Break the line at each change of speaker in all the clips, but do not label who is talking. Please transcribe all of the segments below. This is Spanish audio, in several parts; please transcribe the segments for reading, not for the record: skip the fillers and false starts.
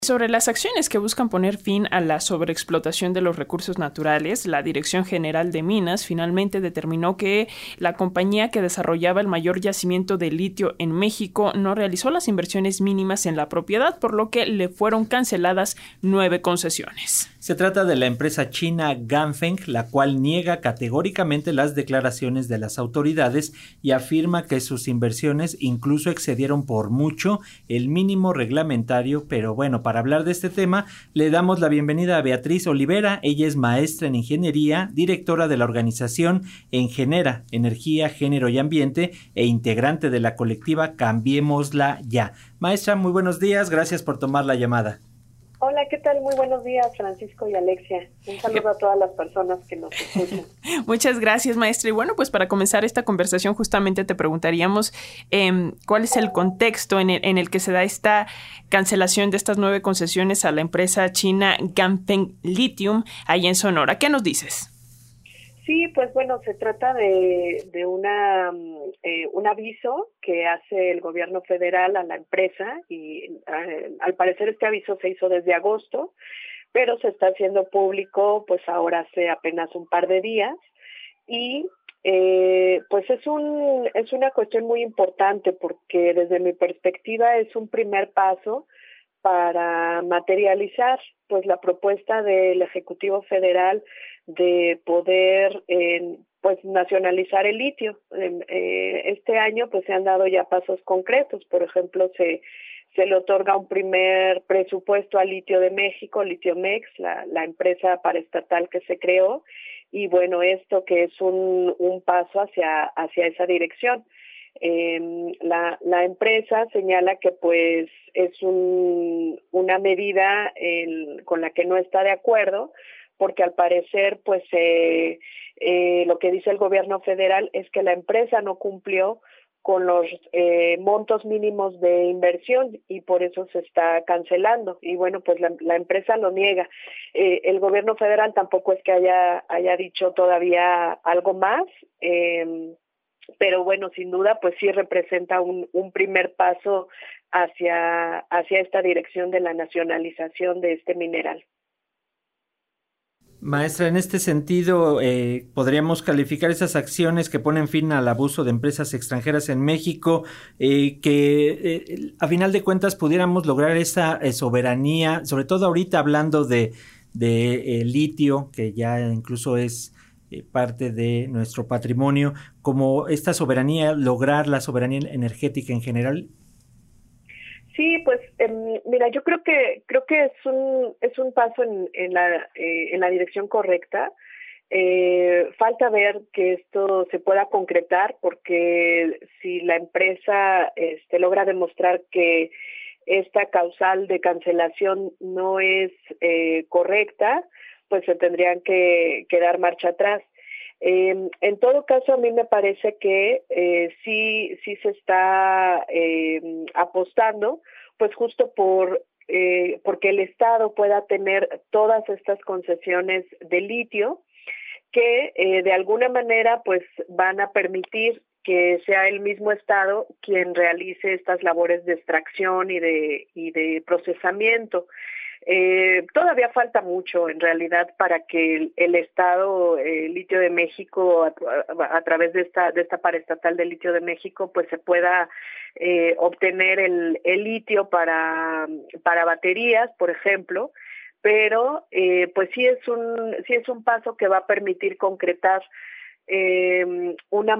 Sobre las acciones que buscan poner fin a la sobreexplotación de los recursos naturales, la Dirección General de Minas finalmente determinó que la compañía que desarrollaba el mayor yacimiento de litio en México no realizó las inversiones mínimas en la propiedad, por lo que le fueron canceladas 9 concesiones.
Se trata de la empresa china Ganfeng, la cual niega categóricamente las declaraciones de las autoridades y afirma que sus inversiones incluso excedieron por mucho el mínimo reglamentario. Pero bueno, para hablar de este tema, le damos la bienvenida a Beatriz Olivera. Ella es maestra en ingeniería, directora de la organización Engenera, Energía, Género y Ambiente e integrante de la colectiva Cambiémosla Ya. Maestra, muy buenos días, gracias por tomar la llamada.
Hola, ¿qué tal? Muy buenos días, Francisco y Alexia. Un saludo a todas las personas que nos escuchan.
Muchas gracias, maestra. Y bueno, pues para comenzar esta conversación justamente te preguntaríamos cuál es el contexto en el que se da esta cancelación de estas 9 concesiones a la empresa china Ganfeng Lithium ahí en Sonora. ¿Qué nos dices?
Sí, pues bueno, se trata de un aviso que hace el gobierno federal a la empresa y al parecer este aviso se hizo desde agosto, pero se está haciendo público pues ahora hace apenas un par de días y pues es una cuestión muy importante porque desde mi perspectiva es un primer paso para materializar pues la propuesta del Ejecutivo Federal de poder pues nacionalizar el litio. Este año pues se han dado ya pasos concretos. Por ejemplo, se le otorga un primer presupuesto a Litio de México, Litiomex, la empresa paraestatal que se creó, y bueno, esto que es un paso hacia esa dirección. La empresa señala que pues es una medida con la que no está de acuerdo, porque al parecer pues lo que dice el gobierno federal es que la empresa no cumplió con los montos mínimos de inversión y por eso se está cancelando. Y bueno, pues la empresa lo niega. El gobierno federal tampoco es que haya dicho todavía algo más, pero bueno, sin duda, pues sí representa un primer paso hacia esta dirección de la nacionalización de este mineral.
Maestra, en este sentido, ¿podríamos calificar esas acciones que ponen fin al abuso de empresas extranjeras en México, a final de cuentas pudiéramos lograr esa soberanía, sobre todo ahorita hablando de litio, que ya incluso es parte de nuestro patrimonio, como esta soberanía, lograr la soberanía energética en general?
Sí, pues mira, yo creo que es un paso en la dirección correcta. Falta ver que esto se pueda concretar, porque si la empresa logra demostrar que esta causal de cancelación no es correcta, pues se tendrían que dar marcha atrás. En todo caso, a mí me parece que sí se está apostando, pues justo porque el Estado pueda tener todas estas concesiones de litio que de alguna manera pues van a permitir que sea el mismo Estado quien realice estas labores de extracción y de procesamiento. Todavía falta mucho en realidad para que el Estado Litio de México a través de esta paraestatal de Litio de México pues se pueda obtener el litio para baterías, por ejemplo, pero pues sí es un paso que va a permitir concretar un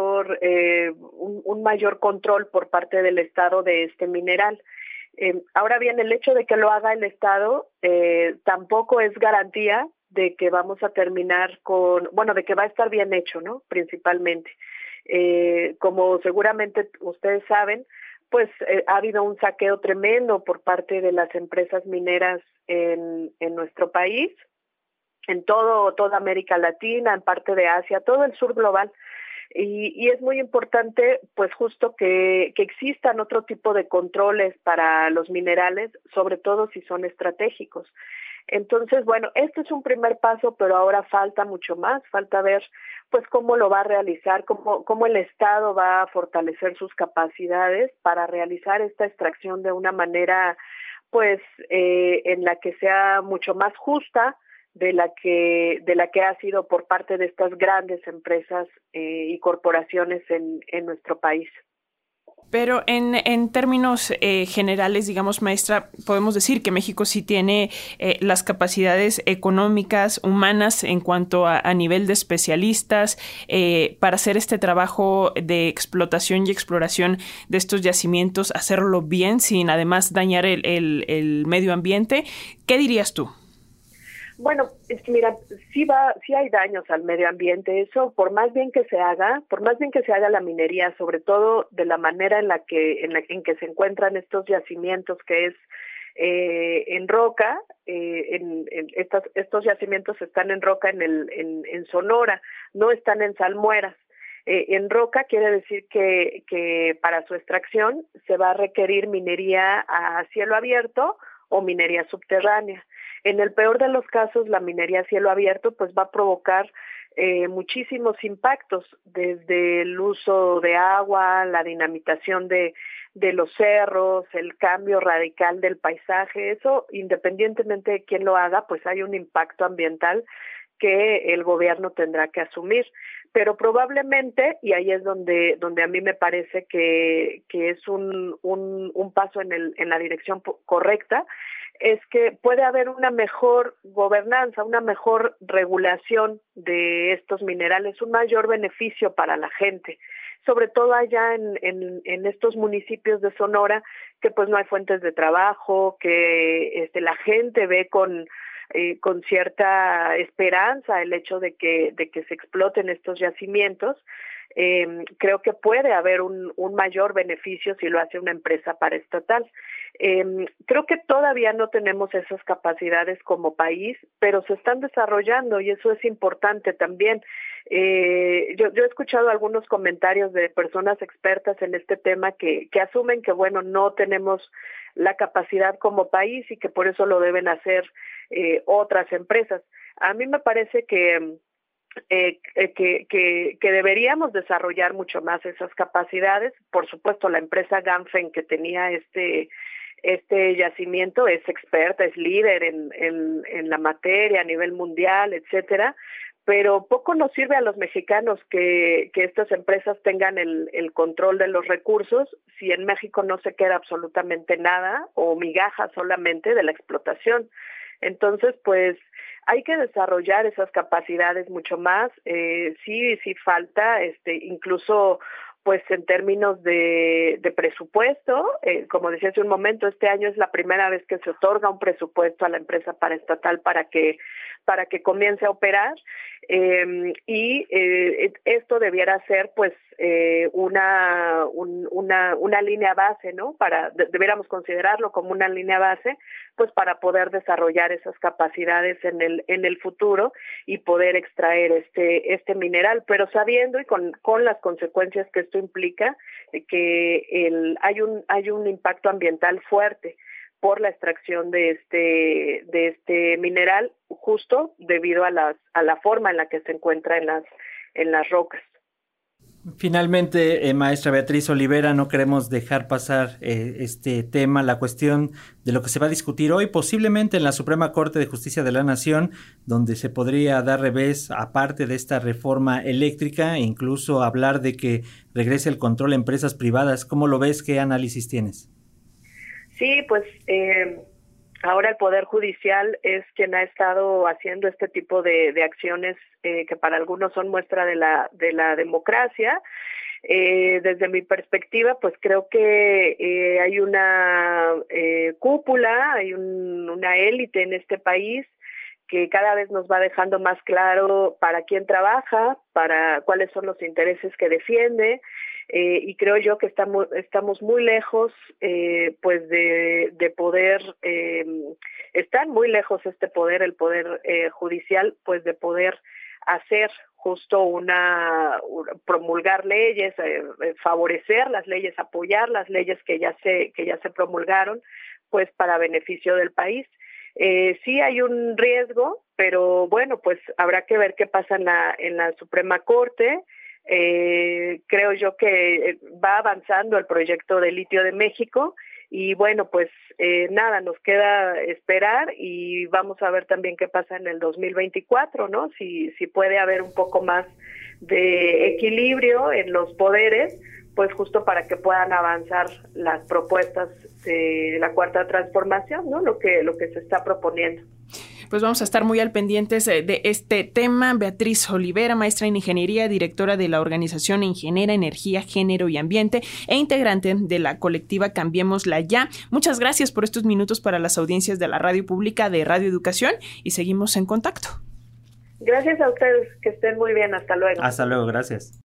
mayor control por parte del Estado de este mineral. Ahora bien, el hecho de que lo haga el Estado tampoco es garantía de que vamos a terminar de que va a estar bien hecho, ¿no? Principalmente. Como seguramente ustedes saben, pues ha habido un saqueo tremendo por parte de las empresas mineras en nuestro país, en toda América Latina, en parte de Asia, todo el sur global. Y es muy importante, pues justo que existan otro tipo de controles para los minerales, sobre todo si son estratégicos. Entonces, bueno, este es un primer paso, pero ahora falta mucho más, falta ver pues cómo lo va a realizar, cómo el Estado va a fortalecer sus capacidades para realizar esta extracción de una manera pues en la que sea mucho más justa de la que ha sido por parte de estas grandes empresas y corporaciones en nuestro país.
Pero en términos generales, digamos, maestra, podemos decir que México sí tiene las capacidades económicas, humanas, en cuanto a nivel de especialistas, para hacer este trabajo de explotación y exploración de estos yacimientos, hacerlo bien, sin además dañar el medio ambiente. ¿Qué dirías tú?
Bueno, mira, sí hay daños al medio ambiente. Eso, por más bien que se haga la minería, sobre todo de la manera en que se encuentran estos yacimientos, que es en roca, estos yacimientos están en roca en Sonora, no están en salmueras. En roca quiere decir que para su extracción se va a requerir minería a cielo abierto o minería subterránea. En el peor de los casos, la minería a cielo abierto pues va a provocar muchísimos impactos, desde el uso de agua, la dinamitación de los cerros, el cambio radical del paisaje. Eso, independientemente de quién lo haga, pues hay un impacto ambiental que el gobierno tendrá que asumir. Pero probablemente, y ahí es donde a mí me parece que es un paso en la dirección correcta, es que puede haber una mejor gobernanza, una mejor regulación de estos minerales, un mayor beneficio para la gente, sobre todo allá en estos municipios de Sonora, que pues no hay fuentes de trabajo, que la gente ve con cierta esperanza el hecho de que se exploten estos yacimientos. Creo que puede haber un mayor beneficio si lo hace una empresa paraestatal. Creo que todavía no tenemos esas capacidades como país, pero se están desarrollando y eso es importante también. Yo he escuchado algunos comentarios de personas expertas en este tema que asumen que, bueno, no tenemos la capacidad como país y que por eso lo deben hacer otras empresas. A mí me parece que deberíamos desarrollar mucho más esas capacidades. Por supuesto, la empresa Ganfeng, que tenía este yacimiento, es experta, es líder en la materia a nivel mundial, etcétera, pero poco nos sirve a los mexicanos que estas empresas tengan el control de los recursos si en México no se queda absolutamente nada o migajas solamente de la explotación. Entonces, pues hay que desarrollar esas capacidades mucho más. Sí falta, incluso pues en términos de presupuesto, como decía hace un momento, este año es la primera vez que se otorga un presupuesto a la empresa paraestatal para que comience a operar, y esto debiera ser pues una línea base, ¿no? Debiéramos considerarlo como una línea base, pues para poder desarrollar esas capacidades en el futuro y poder extraer este mineral, pero sabiendo y con las consecuencias que esto implica, que hay un impacto ambiental fuerte por la extracción de este mineral, justo debido a la forma en la que se encuentra en las rocas.
Finalmente, maestra Beatriz Olivera, no queremos dejar pasar este tema, la cuestión de lo que se va a discutir hoy, posiblemente en la Suprema Corte de Justicia de la Nación, donde se podría dar revés, aparte de esta reforma eléctrica, e incluso hablar de que regrese el control a empresas privadas. ¿Cómo lo ves? ¿Qué análisis tienes?
Sí, pues ahora el Poder Judicial es quien ha estado haciendo este tipo de acciones que para algunos son muestra de la democracia. Desde mi perspectiva, pues creo que hay una cúpula, hay una élite en este país que cada vez nos va dejando más claro para quién trabaja, para cuáles son los intereses que defiende, y creo yo que estamos muy lejos pues de poder, están muy lejos el poder judicial, pues de poder hacer justo promulgar leyes, favorecer las leyes, apoyar las leyes que ya se promulgaron, pues para beneficio del país. Sí hay un riesgo, pero bueno, pues habrá que ver qué pasa en la Suprema Corte. Creo yo que va avanzando el proyecto de litio de México Y bueno, pues nada, nos queda esperar y vamos a ver también qué pasa en el 2024, ¿no? Si puede haber un poco más de equilibrio en los poderes, pues justo para que puedan avanzar las propuestas de la Cuarta Transformación, ¿no? Lo que se está proponiendo.
Pues vamos a estar muy al pendientes de este tema. Beatriz Olivera, maestra en Ingeniería, directora de la organización Ingeniera, Energía, Género y Ambiente e integrante de la colectiva Cambiémosla Ya. Muchas gracias por estos minutos para las audiencias de la radio pública de Radio Educación y seguimos en contacto.
Gracias a ustedes, que estén muy bien. Hasta luego.
Hasta luego, gracias.